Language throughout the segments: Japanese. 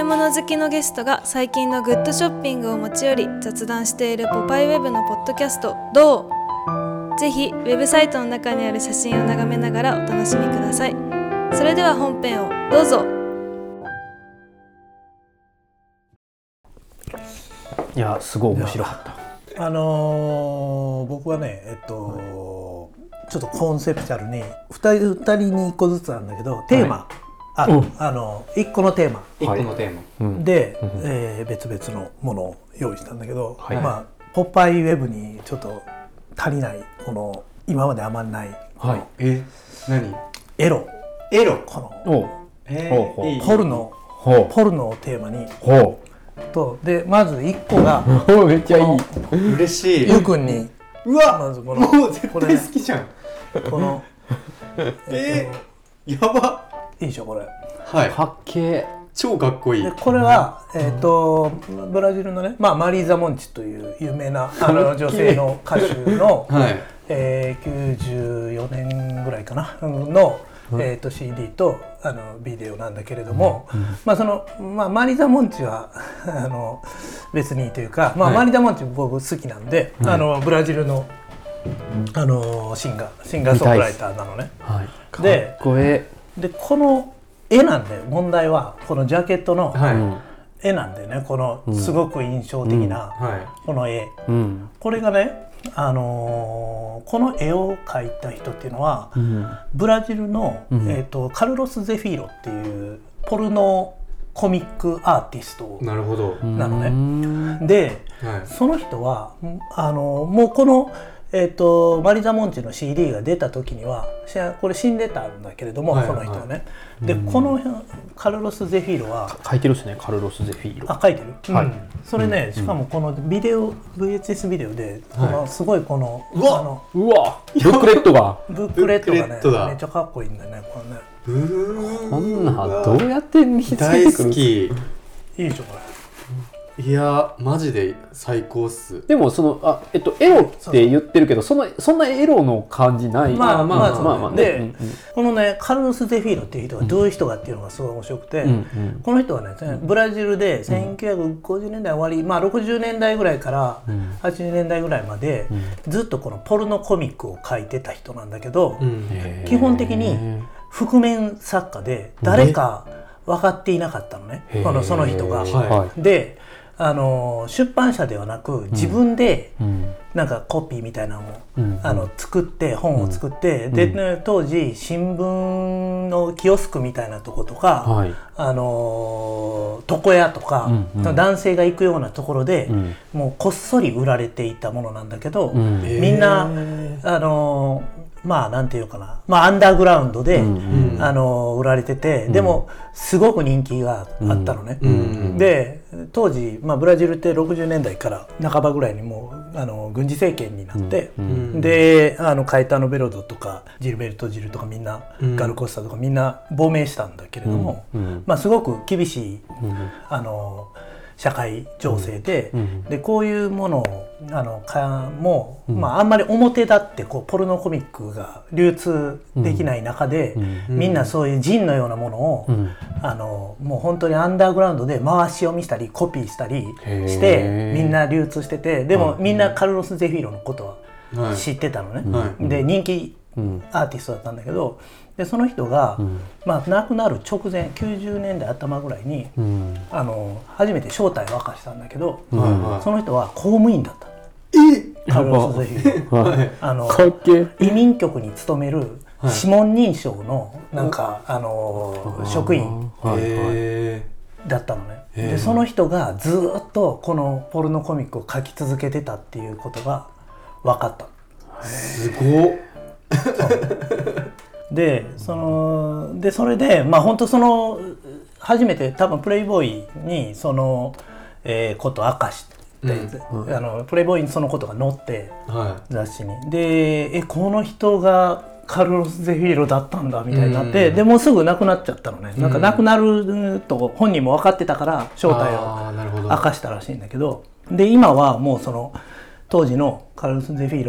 物好きのゲストが最近のグッドショッピングを持ち寄り雑談しているポパイウェブのポッドキャストどう？ぜひウェブサイトの中にある写真を眺めながらお楽しみください。それでは本編をどうぞ。 いやすごい面白かった。 僕はねちょっとコンセプチャルに2人に1個ずつあるんだけどテーマ、はい、1個のテーマ、で、別々のものを用意したんだけど、はい、ポパイウェブにちょっと足りないこの今まであまりない、 はい、何？ エロこのポルノをテーマにとでまず1個がめっちゃいい嬉しいゆうくんにうわまずこのもう絶対好きじゃんこのやばいいでしょこれはいかっけー超かっこいいでこれは、ブラジルのね、マリーザ・モンチという有名な女性の歌手の、はい94年ぐらいかなの、CD とビデオなんだけれども、マリーザ・モンチは別にというか、マリーザ・モンチ僕好きなんで、ブラジルのシンガーソングライターなのね、 はい、 でかっこええでこの絵なんで問題はこのジャケットの絵なんでね、このすごく印象的なこの絵、これがね、この絵を描いた人っていうのは、ブラジルの、カルロス・ゼフィーロっていうポルノコミックアーティストなのね。で、その人はもうこのマリザ・モンチの CD が出た時にはこれ死んでたんだけれども、この人はね。でこのカルロス・ゼフィーロは書いてるっすね。カルロス・ゼフィーロ書いてる、はい、それね、しかもこのビデオ VHS ビデオでこのすごいこのうわブックレットがねめっちゃかっこいいんだよねこれね。 こんなどうやって見つけてくる？ 大好き。いいでしょこれ。 いやマジで最高っす。 でもそのエロって言ってるけどそんなエロの感じない。 で、このねカルロス・ゼフィーロっていう人がどういう人かっていうのがすごい面白くて、この人はねブラジルで1950年代終わり、60年代ぐらいから80年代ぐらいまでずっとこのポルノコミックを書いてた人なんだけど、基本的に覆面作家で誰か分かっていなかったのね、その人が。で出版社ではなく自分でなんかコピーみたいなのを作って本を作って、で、ね、当時新聞のキオスクみたいなとことか、床屋とか、男性が行くようなところで、もうこっそり売られていたものなんだけど、みんななんていうかな、アンダーグラウンドで、売られてて、でもすごく人気があったのね。で当時、ブラジルって60年代から半ばぐらいにもう軍事政権になって、でカエタノ・ベロドとかジルベルト・ジルとかみんな、ガルコスタとかみんな亡命したんだけれども、すごく厳しい社会情勢で、でこういうものをもう、あんまり表立ってポルノコミックが流通できない中で、みんなそういうジンのようなものを、もう本当にアンダーグラウンドで回し読みしたりコピーしたりしてみんな流通してて、でもみんなカルロス・ゼフィーロのことは知ってたのね。で人気アーティストだったんだけど、でその人が、亡くなる直前90年代頭ぐらいに、初めて正体を明かしたんだけど、その人は公務員だった。カルロス・ゼフィーロ移民局に勤める指紋認証のなんか職員だったのね。でその人がずっとこのポルノコミックを書き続けてたっていうことが分かった。 すごっ。 でそれで本当初めて多分プレイボーイにその、ことを明かして、プレイボーイにそのことが載って、雑誌にでこの人がカルロス・ゼフィーロだったんだみたいになって、でもうすぐ亡くなっちゃったのね。なんか亡くなると本人も分かってたから正体を明かしたらしいんだけど、で今はもうその当時のカルロス・ゼフィーロの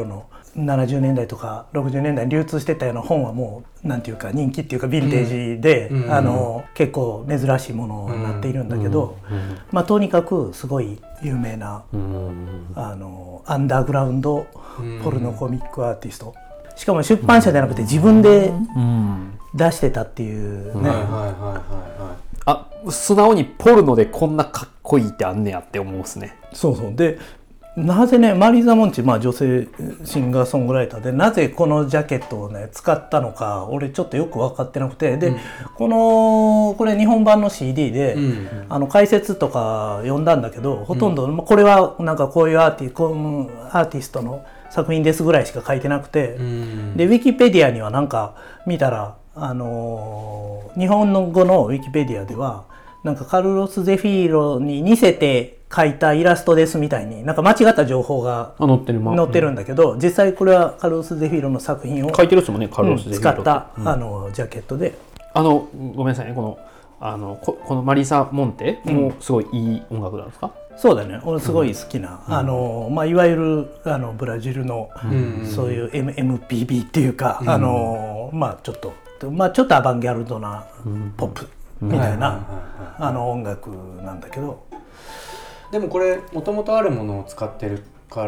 70年代とか60年代に流通してたような本はもうなんていうか人気っていうかヴィンテージで、結構珍しいものになっているんだけど、まあ、とにかくすごい有名な、アンダーグラウンドポルノコミックアーティスト、しかも出版社じゃなくて自分で出してたっていうね。 あ、素直にポルノでこんなかっこいいってあんねやって思うっすね。 そうそう。でなぜねマリーザ・モンチ、まあ、女性シンガーソングライターでなぜこのジャケットをね使ったのか俺ちょっとよく分かってなくて、で、これ日本版の CD で、解説とか読んだんだけどほとんど、これはなんかこういうアーティストの作品ですぐらいしか書いてなくて、でウィキペディアにはなんか見たら、日本の語のウィキペディアではなんかカルロス・ゼフィーロに似せて描いたイラストですみたいになんか間違った情報が載ってるんだけど、実際これはカルロス・ゼフィーロの作品を書いてるっすもんね、カルロス・ゼフィーロ使ったジャケットで、 ごめんなさいね、このマリサ・モンテもすごいいい音楽なんですか？ そうだね、俺すごい好きな、まあ、いわゆるブラジルの、そういう、MPB っていうか、まあちょっとアバンギャルドなポップみたいな音楽なんだけど、 でもこれもともとあるものを使ってるから、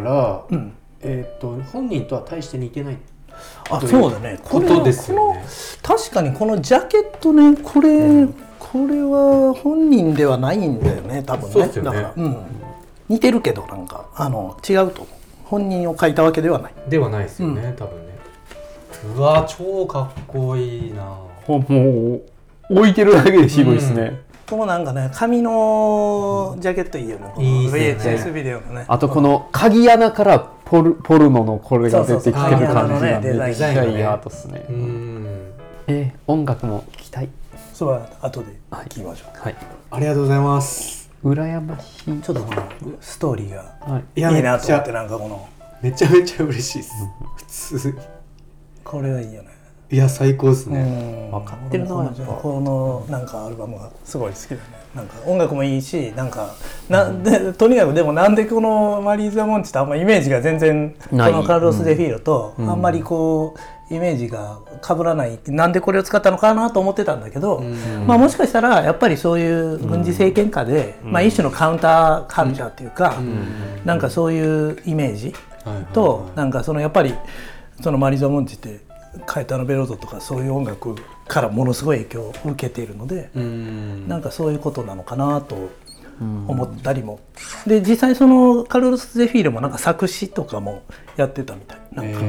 本人とは大して似てない。 あ、そうだね。 ことですよね。 確かにこのジャケットね、これは本人ではないんだよね、多分ね。 そうですよね。 だから、似てるけどなんか違うと思う。本人を描いたわけではない。 ではないですよね、多分ね。うわ、超かっこいいな。 もう置いてるだけで渋いですね。 このなんかね、紙のジャケットいいよね。 いいですね。 VHS ビデオのね。 あとこの鍵穴からポルノのこれが出てきてる感じがめっちゃいいアートっすね。音楽も聴きたい。 それは後で聞きましょう。 はい。 ありがとうございます。 羨ましい。 ちょっとこのストーリーがいやいいなと思って、なんかこのめちゃめちゃ嬉しいです。普通。 これがいいよね。 いや、最高ですね。 分かってるな。 このなんかアルバムがすごい好きだね。なんか音楽もいいし、なんかとにかくでもなんでこのマリーザ・モンチってあんまイメージが全然このカルロス・デ・フィーロとあんまりこうイメージが被らない、なんでこれを使ったのかなと思ってたんだけど、まあもしかしたらやっぱりそういう軍事政権下で、まあ一種のカウンターカルチャーっていうか、なんかそういうイメージと、なんかそのやっぱりそのマリーザ・モンチってカエタノ・ベロゾとかそういう音楽からものすごい影響を受けているので、なんかそういうことなのかなと思ったりも。で実際そのカルロス・ゼフィーロもなんか作詞とかもやってたみたいなんか、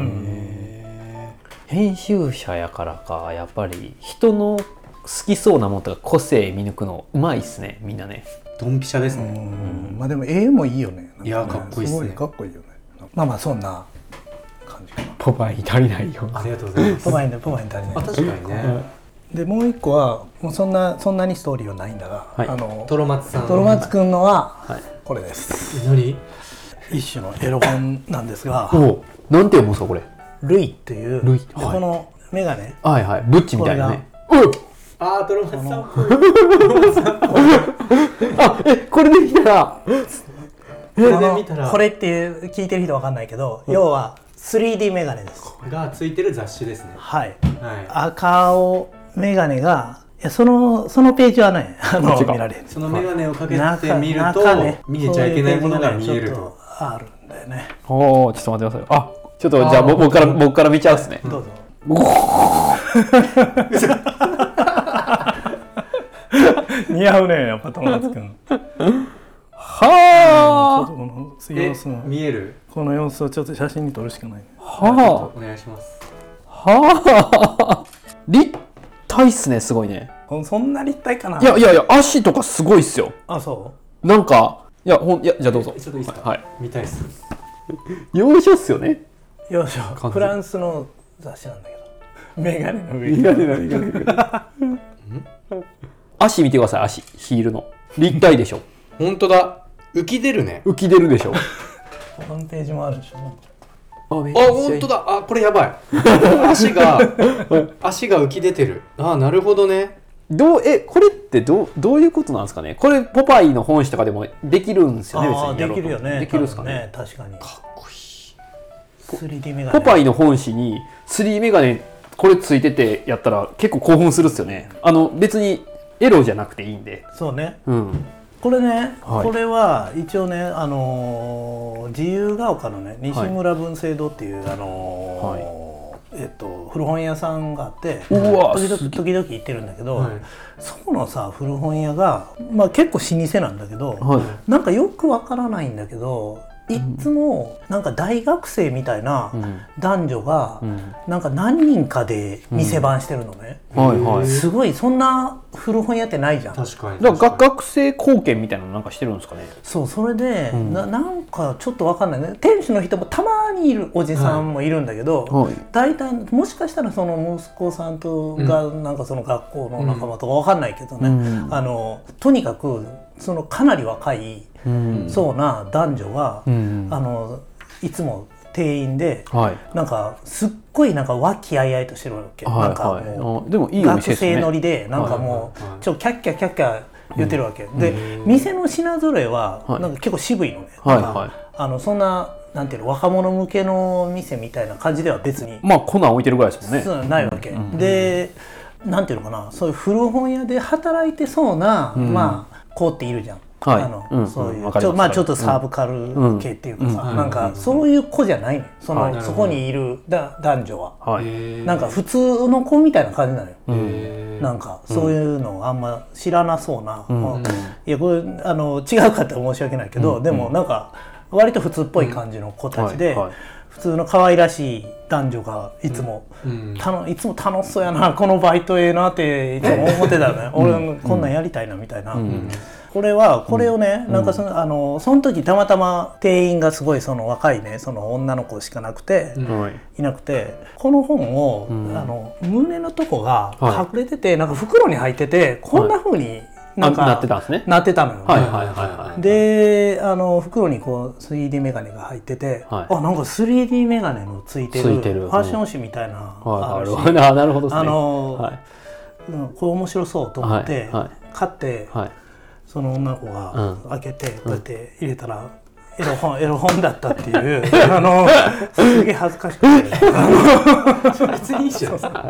編集者やからか、やっぱり人の好きそうなものとか個性見抜くのうまいっすね、みんなね。 ドンピシャですね。 まあでも絵もいいよね。 いや、かっこいいっすね。 すごいかっこいいよね。まあそんな感じかな。 ポパイ足りないよ。 ありがとうございます。 ポパイに足りない。 確かにね。 でもう一個はもうそんなにストーリーはないんだが、 トロマツさん。 トロマツくんのはこれです。 何？ 一種のエロ本なんですが、 なんて読むんですかこれ？ ルイっていう。 ルイ。 このメガネ。 はいはい。ブッチみたいなね。 あー、トロマツさん。 あ、これで見たら。 これっていう聞いてる人わかんないけど、要は 3D メガネです。 がついてる雑誌ですね。 はい。赤青メガネが、そのページはね、見られる。 そのメガネをかけて見ると見えちゃいけないものが見えると。 あるんだよね。 おお、ちょっと待ってください。あ、ちょっとじゃあ僕から見ちゃうっすね。 どうぞ。似合うね、やっぱトロマツくん。 はあ。 見える？ この様子をちょっと写真に撮るしかない。 はあ。お願いします。 はあ。立体っすね、すごいね。 そんな立体かな。 いや足とかすごいっすよ。 あ、そう。 なんかじゃあどうぞ。 ちょっといいですか？ はい。 見たいっす。 よいしょっすよね。 よいしょ。フランスの雑誌なんだけど。メガネの上。 メガネ。足見てください。足、ヒールの立体でしょ。 本当だ。浮き出るね。 浮き出るでしょ。 ホームページもあるでしょ。 あ、本当だ。あ、これやばい。足が浮き出てる。あ、なるほどね。 これってどういうことなんですかね。これポパイの本誌とかでもできるんですよね。別にできるよね。 できるっすかね。 確かに。 かっこいい。 3D メガネポパイの本誌に 3D メガネこれついててやったら結構興奮するっすよね。別にエロじゃなくていいんで。 そうね、 うん、 これね、 はい、 これは一応ね、自由が丘のね西村文政堂っていう、古本屋さんがあって時々行ってるんだけど、はい、そこのさ古本屋が、結構老舗なんだけど、はい、なんかよくわからないんだけどいつもなんか大学生みたいな男女がなんか何人かで店番してるのね、すごいそんな古本屋ってないじゃん。 確かにだから学生貢献みたいなのなんかしてるんですかね。 そうそれで、なんかちょっと分かんないね。店主の人もたまにいるおじさんもいるんだけど、大体もしかしたらその息子さんとがなんかその学校の仲間とか分かんないけどね、とにかくそのかなり若いそうな男女が、いつも店員で、なんかすっごいなんか和気あいあいとしてるわけ、なんかもうでもいいお店ですね。学生乗りでなんかもうキャッキャキャッキャ言ってるわけ、で店の品揃えはなんか結構渋いのね、そんななんていうの若者向けの店みたいな感じでは別にコナン置いてるぐらいですもんね。 ないわけ、でなんていうのかな、そういう古本屋で働いてそうな、子っているじゃん。そういうちょっとサブカル系っていうかさ、なんかそういう子じゃないの、そこにいる男女は、なんか普通の子みたいな感じなのよ、なんかそういうのあんま知らなそうな、いやこれ違うかったら申し訳ないけど、でもなんか割と普通っぽい感じの子たちで、普通の可愛らしい男女がいつも楽しそうやな、このバイトなっていつも思ってたよね。俺こんなんやりたいなみたいな。これをね、なんかその時たまたま店員がすごいその若いねその女の子しかなくて、いなくて、この本を胸のとこが隠れてて、なんか袋に入っててこんな風になんかなってたんですね。 なってたのよ。で袋にこう 3D メガネが入ってて、なんか 3D メガネのついてるファッション誌みたいななるほどですね。 これ面白そうと思って買って、その女の子が開けてこうやって入れたらエロ本だったっていうすげえ恥ずかしくて別にいいじゃん。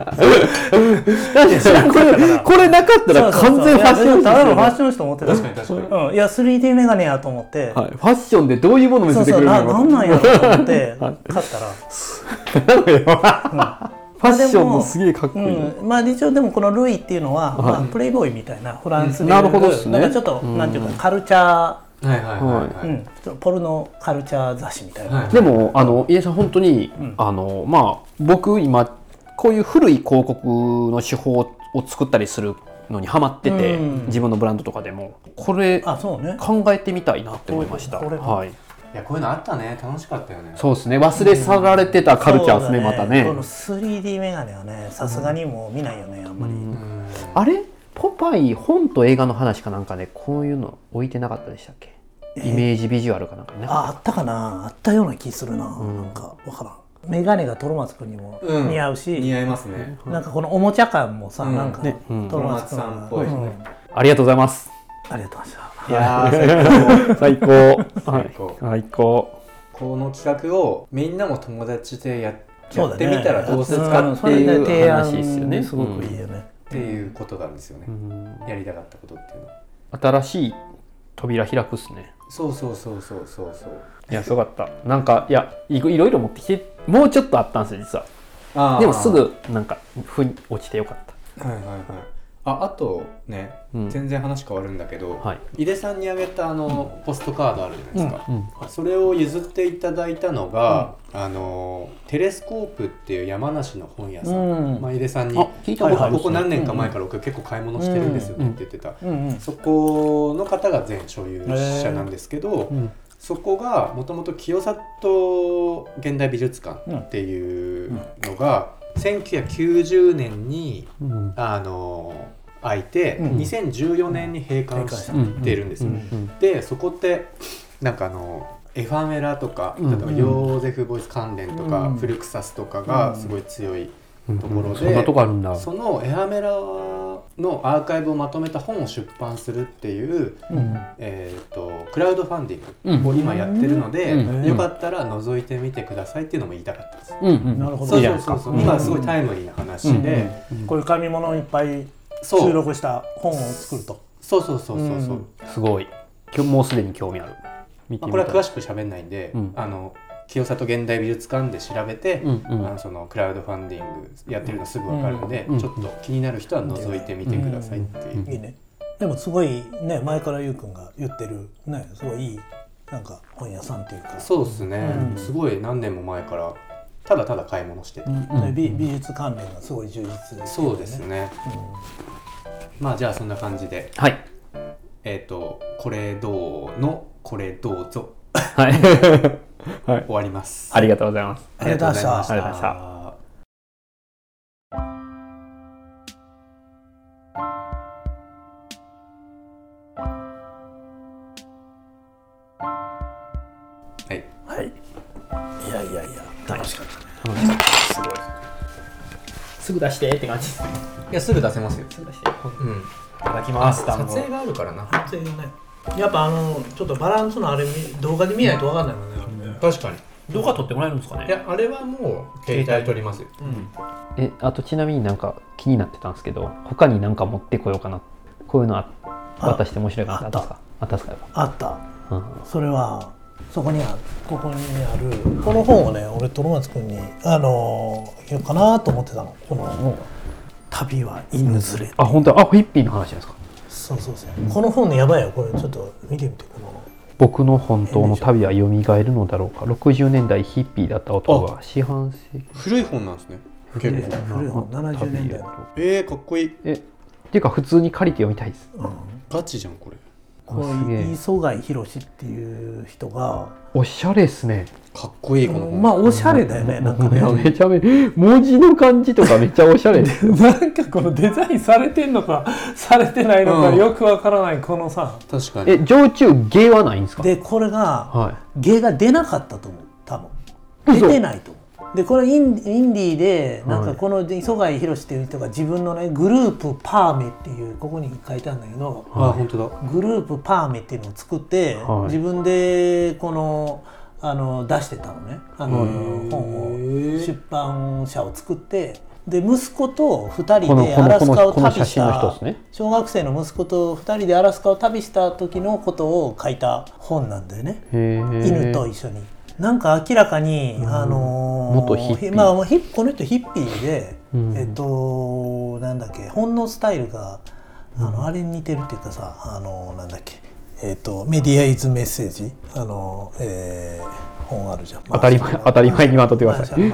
これなかったら完全ファッション誌ですよね。 ただのファッション誌と思ってた。確かにいや 3D メガネやと思って、 ファッションでどういうものを見せてくれるのかなんなんやろと思って買ったらファッションもすげえかっこいい。 一応でもこのルイっていうのは、プレイボーイみたいなフランスでなんかちょっとなんていうかカルチャー、ポルノカルチャー雑誌みたいな。 でも家さん本当に僕今こういう古い広告の手法を作ったりするのにハマってて、自分のブランドとかでもこれ考えてみたいなって思いました。 いやこういうのあったね、楽しかったよね。 そうですね、忘れ去られてたカルチャーですね、またね。 この 3D メガネはね、さすがにもう見ないよね、あんまり。 あれポパイ本と映画の話かなんかでこういうの置いてなかったでしたっけ？イメージビジュアルかなんかね。 あったかな、あったような気するな、なんかわからん。メガネがトロマツくんにも似合うし、 似合いますね。 なんかこのおもちゃ感もさ、なんかトロマツさんっぽい。 ありがとうございます。 ありがとうございました。 いや最高。 この企画をみんなも友達でやってみたらどうするかっていう話ですよね。すごくいいよね。 っていうことなんですよね。やりたかったことっていうのは。新しい扉開くっすね。 そう。 いやすごかった。なんかいやいろいろ持ってきてもうちょっとあったんですよ実は。でもすぐなんか腑に落ちてよかった。 あとね、全然話変わるんだけど、井出さんにあげたポストカードあるじゃないですか、それを譲っていただいたのが、テレスコープっていう山梨の本屋さん、井出さんにここ何年か前から僕結構買い物してるんですよって言ってた、そこの方が前所有者なんですけど、そこがもともと清里現代美術館っていうのが、1990年に開いて、2014年に閉館しているんですよ。でそこってなんかエファメラとか、例えばヨーゼフ・ボイス関連とか、フルクサスとかがすごい強いところで、そのエファメラのアーカイブをまとめた本を出版するっていう、クラウドファンディングを今やってるので、よかったら覗いてみてくださいっていうのも言いたかったです。 なるほど。 そう今すごいタイムリーな話で、 こういう紙物をいっぱい収録した本を作ると。 そうすごい。もうすでに興味ある。 これは詳しく喋んないんで、清里現代美術館で調べて、そのクラウドファンディングやってるのすぐ分かるので、ちょっと気になる人は覗いてみてくださいっていう。 いいね。でもすごいね、前からゆうくんが言ってるね、すごいいいなんか本屋さんっていうか。 そうですね。すごい何年も前からただただ買い物してて、 美術関連がすごい充実ですね。 そうですね。まあじゃあそんな感じで、 はい。 これどうのこれどうぞ。 はい。 終わります。 ありがとうございます。 ありがとうございました。 ありがとうございました。 はいはい。いや楽しかったね。 すごい。すぐ出してって感じです。 いやすぐ出せますよ。 すぐ出して。 いただきます。撮影があるからな。 撮影がね。やっぱちょっとバランスのあれ動画で見ないと分かんないもんね。 確かに。 動画撮ってもらえるんですかね。 いやあれはもう携帯撮りますよ。 あとちなみになんか気になってたんですけど、他になんか持ってこようかな。こういうの渡して面白いかなってあったですか？あったですか？ あった。それはここにあるこの本をね、俺トロマツ君に言おうかなと思ってたの。この旅は犬連れ。 あ、本当だ。ヒッピーの話ですか？ そう。この本ねやばいよ。これちょっと見てみて。 僕の本当の旅は蘇るのだろうか。60年代ヒッピーだった男が四半世紀。 古い本なんですね。 古い本。70年代の。 かっこいい。 っていうか普通に借りて読みたいです。 ガチじゃんこれ。 磯貝宏っていう人がおしゃれですね。 かっこいいこの本。 まあおしゃれだよね。なんかね、 めちゃめちゃ文字の感じとかめっちゃおしゃれでなんかこのデザインされてんのかされてないのかよくわからないこのさ。 確かに。 常駐芸はないんですか？ でこれが、芸が出なかったと思う。多分出てないと思う。でこれインディーでなんかこの磯貝宏っていう人が自分のねグループパーメっていうここに書いてあるんだけど、 本当だ。 グループパーメっていうのを作って、自分でこの出してたのね。本を出版社を作って、で息子と2人でアラスカを旅した小学生の息子と2人でアラスカを旅した時のことを書いた本なんだよね。犬と一緒に。なんか明らかに元ヒッピー、 この人ヒッピーで、なんだっけ、本のスタイルがあれに似てるっていうかさ、なんだっけ、メディアイズメッセージ、本あるじゃん。当たり前にまとってください。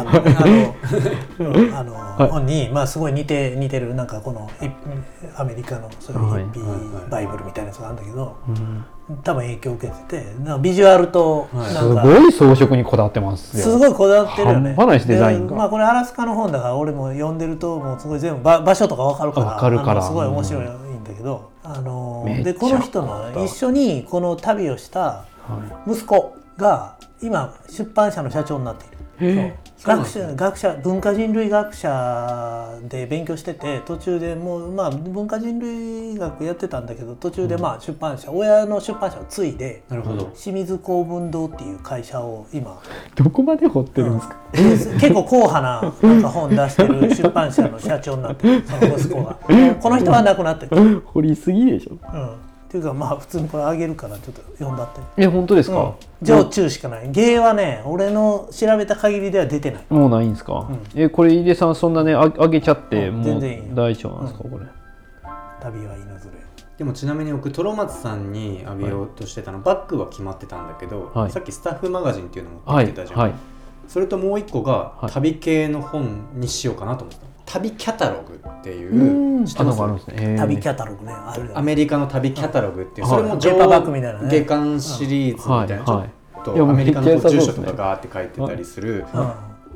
本にすごい似てる、なんかこのアメリカのそういうヒッピーバイブルみたいなやつがあるんだけど、多分影響を受けてて、ビジュアルとすごい装飾にこだわってますよ。 すごいこだわってるよね。 半端ないしデザインが。 これアラスカの本だから俺も読んでるともうすごい全部場所とか分かるからすごい面白いんだけど、でこの人の一緒にこの旅をした息子が今出版社の社長になっている。学者文化人類学者で勉強してて、途中でもう文化人類学やってたんだけど、途中で出版社、親の出版社を継いで、清水公文堂っていう会社を今どこまで掘ってるんですか？ 結構硬派ななんか本出してる出版社の社長になってる、その息子が。この人は亡くなってる。 掘りすぎでしょ。 っていうか普通にこれあげるからちょっと読んだって。 本当ですか？ 常駐しかない。芸はね、俺の調べた限りでは出てない。 もうないんですか？これ井出さんそんなねあげちゃってもう大丈夫なんですかこれ？ 旅は犬連れ。 でもちなみに僕トロマツさんにあげようとしてたの、バッグは決まってたんだけど、さっきスタッフマガジンっていうのも持ってたじゃん。それともう一個が旅系の本にしようかなと思ってた。旅キャタログっていう知ってます？ 旅キャタログね、ある。 アメリカの旅キャタログっていう、それもペーパーバッグみたいなね、 下巻シリーズみたいな、ちょっとアメリカの住所とかガーって書いてたりする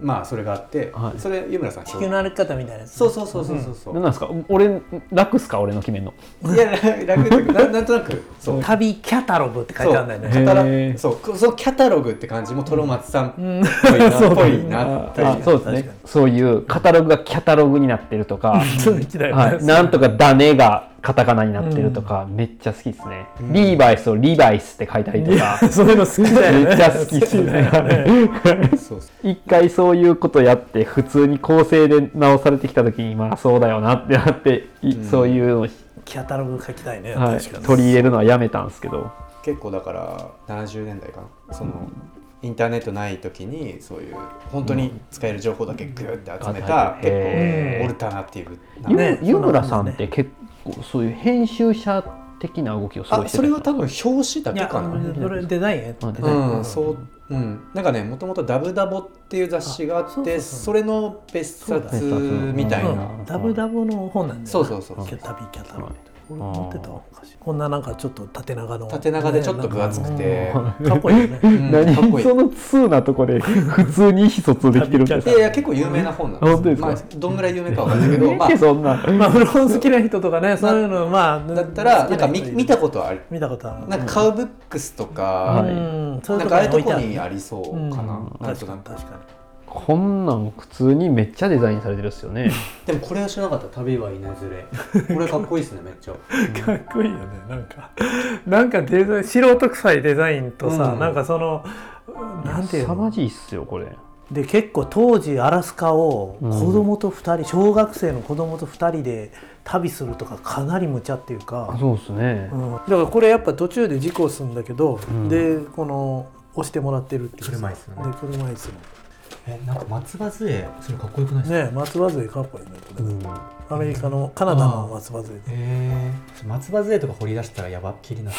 まあそれがあって、はい、それ湯村さん地球の歩き方みたいなやつ、 そう、 何なんですか、俺楽っすか、俺の決めんの。 いや楽っていうかなんとなくそう旅キャタログって書いてあるんだよね。 そうキャタログって感じもトロマツさんっぽいなって、 そうですね、そういうカタログがキャタログになってるとかなんとかダネがカタカナになってるとか、めっちゃ好きですね。リーバイスをリバイスって書いたりとか、 そういうの好きだよね。 めっちゃ好きですね。一回そういうことやって普通に構成で直されてきた時に、まあそうだよなってなって、そういうのをキャタログ書きたいね、 はい、取り入れるのはやめたんですけど、 結構だから70年代かな、そのインターネットない時にそういう本当に使える情報だけグーって集めた、結構オルタナティブな、湯村さんって結構そういう編集者的な動きをすごいしてる。 それは多分表紙だけかな。 それデザインやってそう、なんかね、もともとダブダボっていう雑誌があって、それの別冊みたいな。 ダブダボの本なんだよ。そう旅キャタログ。俺持ってたわ昔。こんななんかちょっと縦長でちょっと分厚くてかっこいいよね。 何その通なとこで普通に意思疎通できてるんですか。 いや結構有名な本なんです。まあどんぐらい有名かわかんないけど、まあそんな古本好きな人とかね、そういうのまあだったらなんか見たことある。 見たことある。 なんかカウブックスとかなんかああいうとこにありそうかな。 確かに。 こんなん普通にめっちゃデザインされてるっすよね。 でもこれは知らなかった。旅は稲ずれ。これかっこいいですね、めっちゃ。 かっこいいよね。なんかデザイン、素人臭いデザインとさ、なんかそのなんていうの。 凄まじいっすよこれ。 で結構当時アラスカを子供と2人、小学生の子供と2人で旅するとかかなり無茶っていうか。 そうですね。 だからこれやっぱ途中で事故するんだけど、でこの押してもらってるっていう車椅子のね。 車椅子の。 なんか松葉杖、それかっこよくないですか。 ね、松葉杖かっこいいね。アメリカのカナダの松葉杖。 松葉杖とか掘り出したらやばっきりな。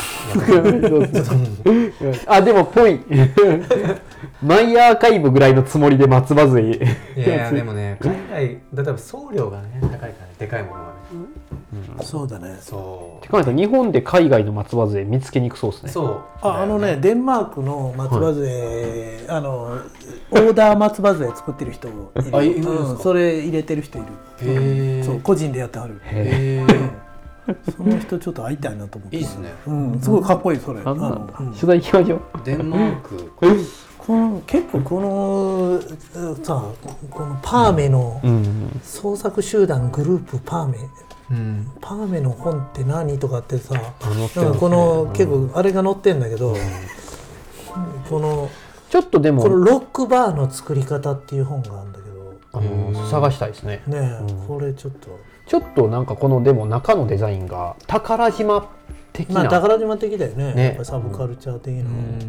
あ、でもぽい。マイアーカイブぐらいのつもりで松葉杖。 いやでもね、海外例えば送料がね高いからね、でかいものがね。 そうだね。 そう。日本で海外の松葉杖見つけにくそうですね。 そう。 デンマークの松葉杖、オーダー松葉杖作ってる人いる。それ入れてる人いる。そう、個人でやってはる。その人ちょっと会いたいなと思って。 いいですね。 すごいかっこいいそれ。 取材行きましょう。 デンマーク。 結構このパーメの創作集団グループパーメの本って何とかってさ、この結構あれが載ってんだけど、このちょっとでもこのロックバーの作り方っていう本があるんだけど、探したいですね。 これちょっとなんかこのでも中のデザインが宝島的な、 宝島的だよね。やっぱサブカルチャー的な。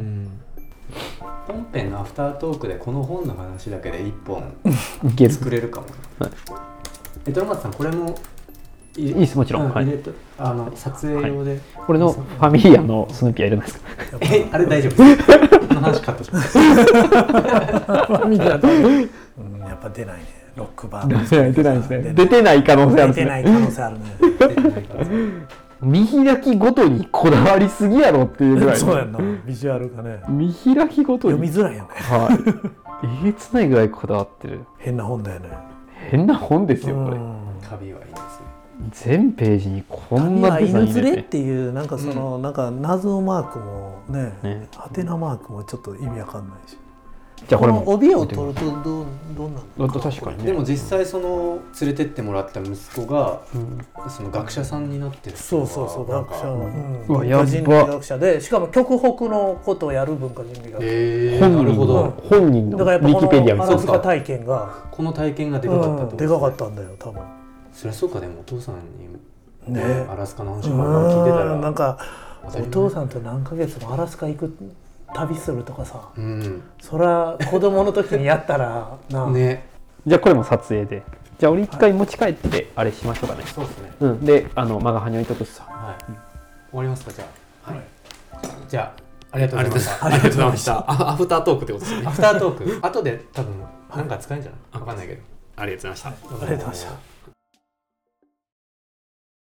本編のアフタートークでこの本の話だけで1本作れるかも。トマトさんこれもいいです、もちろん。 撮影用で。 これのファミリアのスヌーピーはいらないですか。 あれ大丈夫です。この話カットします。ファミリアで。やっぱ出ないね。ロックバー。 出ないですね。出てない可能性ある。 出てない可能性あるね。 見開きごとにこだわりすぎやろっていうぐらい。 そうやんな。ビジュアルがね。 見開きごとに読みづらいよね。 えげつないぐらいこだわってる。 変な本だよね。 変な本ですよこれ。 旅はいいですね。 全ページにこんなデザイン入れて。 犬連れっていうなんかそのなんか謎マークもね、ハテナマークもちょっと意味わかんないし。じゃあこれも帯を取るとどんなの？ 確かにね。 でも実際その連れてってもらった息子がその学者さんになってる。 そう学者。文化人類学者で、しかも極北のことをやる文化人類学者。 なるほど。 本人のウィキペディアアラスカ体験がこの体験がでかかったと。 でかかったんだよ多分。 そりゃそうか。でもお父さんにねアラスカの話を聞いてたらなんかお父さんと何ヶ月もアラスカ行く旅するとかさ、そりゃ子供の時にやったらな。 ね。 じゃあこれも撮影で。じゃあ俺一回持ち帰ってあれしましょうかね。 そうですね。 でマガハに置いとくさ。 終わりますかじゃあ。じゃあありがとうございました。ありがとうございました。アフタートークってことですね。アフタートーク。後で多分なんか使えるんじゃない？わかんないけど。ありがとうございました。 ありがとうございました。